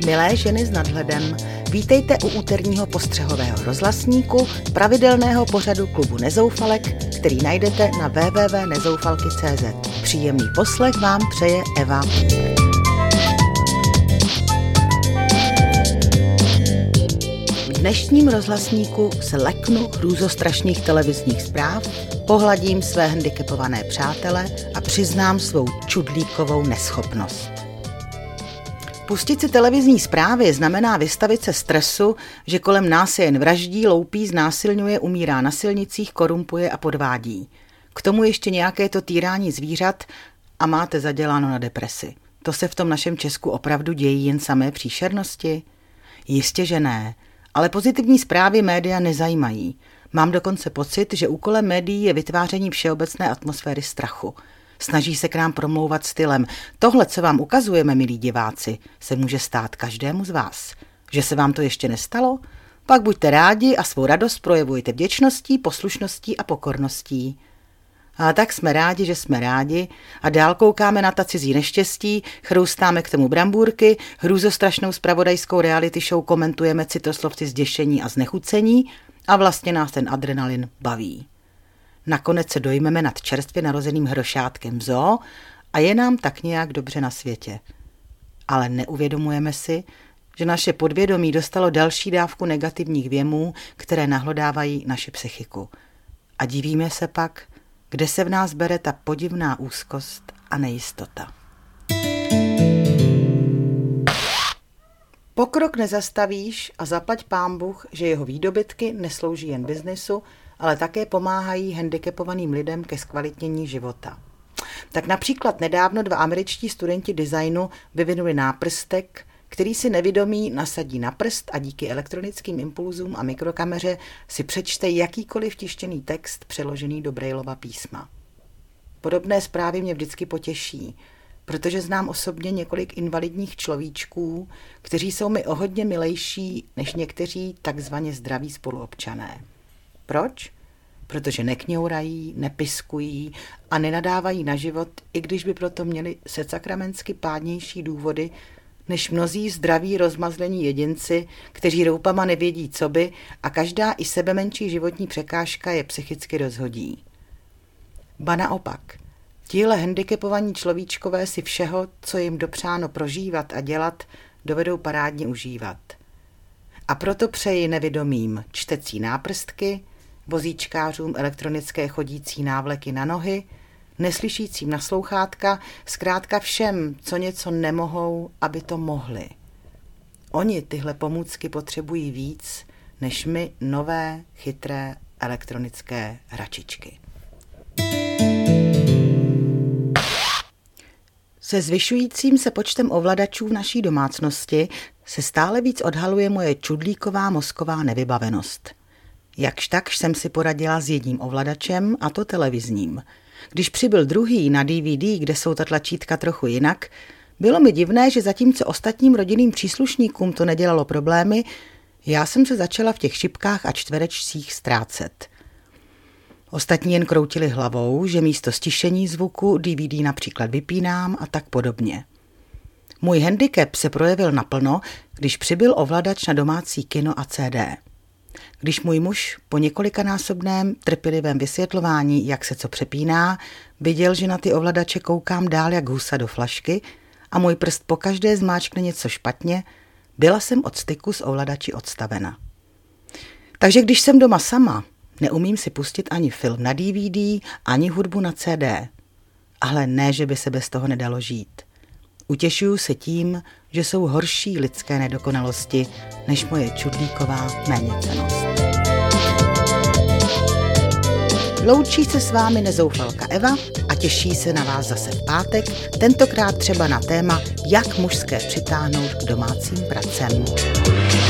Milé ženy s nadhledem, vítejte u úterního postřehového rozhlasníku, pravidelného pořadu klubu Nezoufalek, který najdete na www.nezoufalky.cz. Příjemný poslech vám přeje Eva. V dnešním rozhlasníku se leknu hrůzostrašných televizních zpráv, pohladím své handicapované přátele a přiznám svou čudlíkovou neschopnost. Pustit si televizní zprávy znamená vystavit se stresu, že kolem nás se jen vraždí, loupí, znásilňuje, umírá na silnicích, korumpuje a podvádí. K tomu ještě nějaké to týrání zvířat a máte zaděláno na depresi. To se v tom našem Česku opravdu dějí jen samé příšernosti? Jistě, že ne, ale pozitivní zprávy média nezajímají. Mám dokonce pocit, že úkolem médií je vytváření všeobecné atmosféry strachu. Snaží se k nám promlouvat stylem: tohle, co vám ukazujeme, milí diváci, se může stát každému z vás. Že se vám to ještě nestalo? Pak buďte rádi a svou radost projevujte vděčností, poslušností a pokorností. A tak jsme rádi, že jsme rádi a dál koukáme na ta cizí neštěstí, chroustáme k tomu brambůrky, hrůzostrašnou zpravodajskou reality show komentujeme citoslovci zděšení a znechucení a vlastně nás ten adrenalin baví. Nakonec se dojmeme nad čerstvě narozeným hrošátkem v zoo a je nám tak nějak dobře na světě. Ale neuvědomujeme si, že naše podvědomí dostalo další dávku negativních věmů, které nahlodávají naši psychiku. A divíme se pak, kde se v nás bere ta podivná úzkost a nejistota. Pokrok nezastavíš a zaplať pánbůh, že jeho výdobytky neslouží jen biznesu, ale také pomáhají handicapovaným lidem ke zkvalitnění života. Tak například nedávno 2 američtí studenti designu vyvinuli náprstek, který si nevědomý nasadí na prst a díky elektronickým impulzům a mikrokameře si přečte jakýkoliv tištěný text přeložený do Braillova písma. Podobné zprávy mě vždycky potěší, protože znám osobně několik invalidních človíčků, kteří jsou mi o hodně milejší než někteří takzvaně zdraví spoluobčané. Proč? Protože nekňourají, nepiskují a nenadávají na život, i když by proto měli secakramensky pádnější důvody než mnozí zdraví rozmazlení jedinci, kteří roupama nevědí, co by, a každá i sebemenší životní překážka je psychicky rozhodí. Ba naopak, tihle handicapovaní človíčkové si všeho, co jim dopřáno prožívat a dělat, dovedou parádně užívat. A proto přeji nevědomým čtecí náprstky, vozíčkářům elektronické chodící návleky na nohy, neslyšícím na slouchátka, zkrátka všem, co něco nemohou, aby to mohli. Oni tyhle pomůcky potřebují víc, než my nové, chytré elektronické hračičky. Se zvyšujícím se počtem ovladačů v naší domácnosti se stále víc odhaluje moje čudlíková mozková nevybavenost. Jakž takž jsem si poradila s jedním ovladačem, a to televizním. Když přibyl druhý na DVD, kde jsou ta tlačítka trochu jinak, bylo mi divné, že zatímco ostatním rodinným příslušníkům to nedělalo problémy, já jsem se začala v těch šipkách a čtverečcích ztrácet. Ostatní jen kroutili hlavou, že místo stišení zvuku DVD například vypínám a tak podobně. Můj handicap se projevil naplno, když přibyl ovladač na domácí kino a CD. Když můj muž po několikanásobném trpělivém vysvětlování, jak se co přepíná, viděl, že na ty ovladače koukám dál jak husa do flašky a můj prst pokaždé zmáčkne něco špatně, byla jsem od styku s ovladači odstavena. Takže když jsem doma sama, neumím si pustit ani film na DVD, ani hudbu na CD. Ale ne, že by se bez toho nedalo žít. Utěšuju se tím, že jsou horší lidské nedokonalosti než moje čudlíková méněcennost. Loučí se s vámi nezoufalka Eva a těší se na vás zase v pátek, tentokrát třeba na téma, jak mužské přitáhnout k domácím pracem.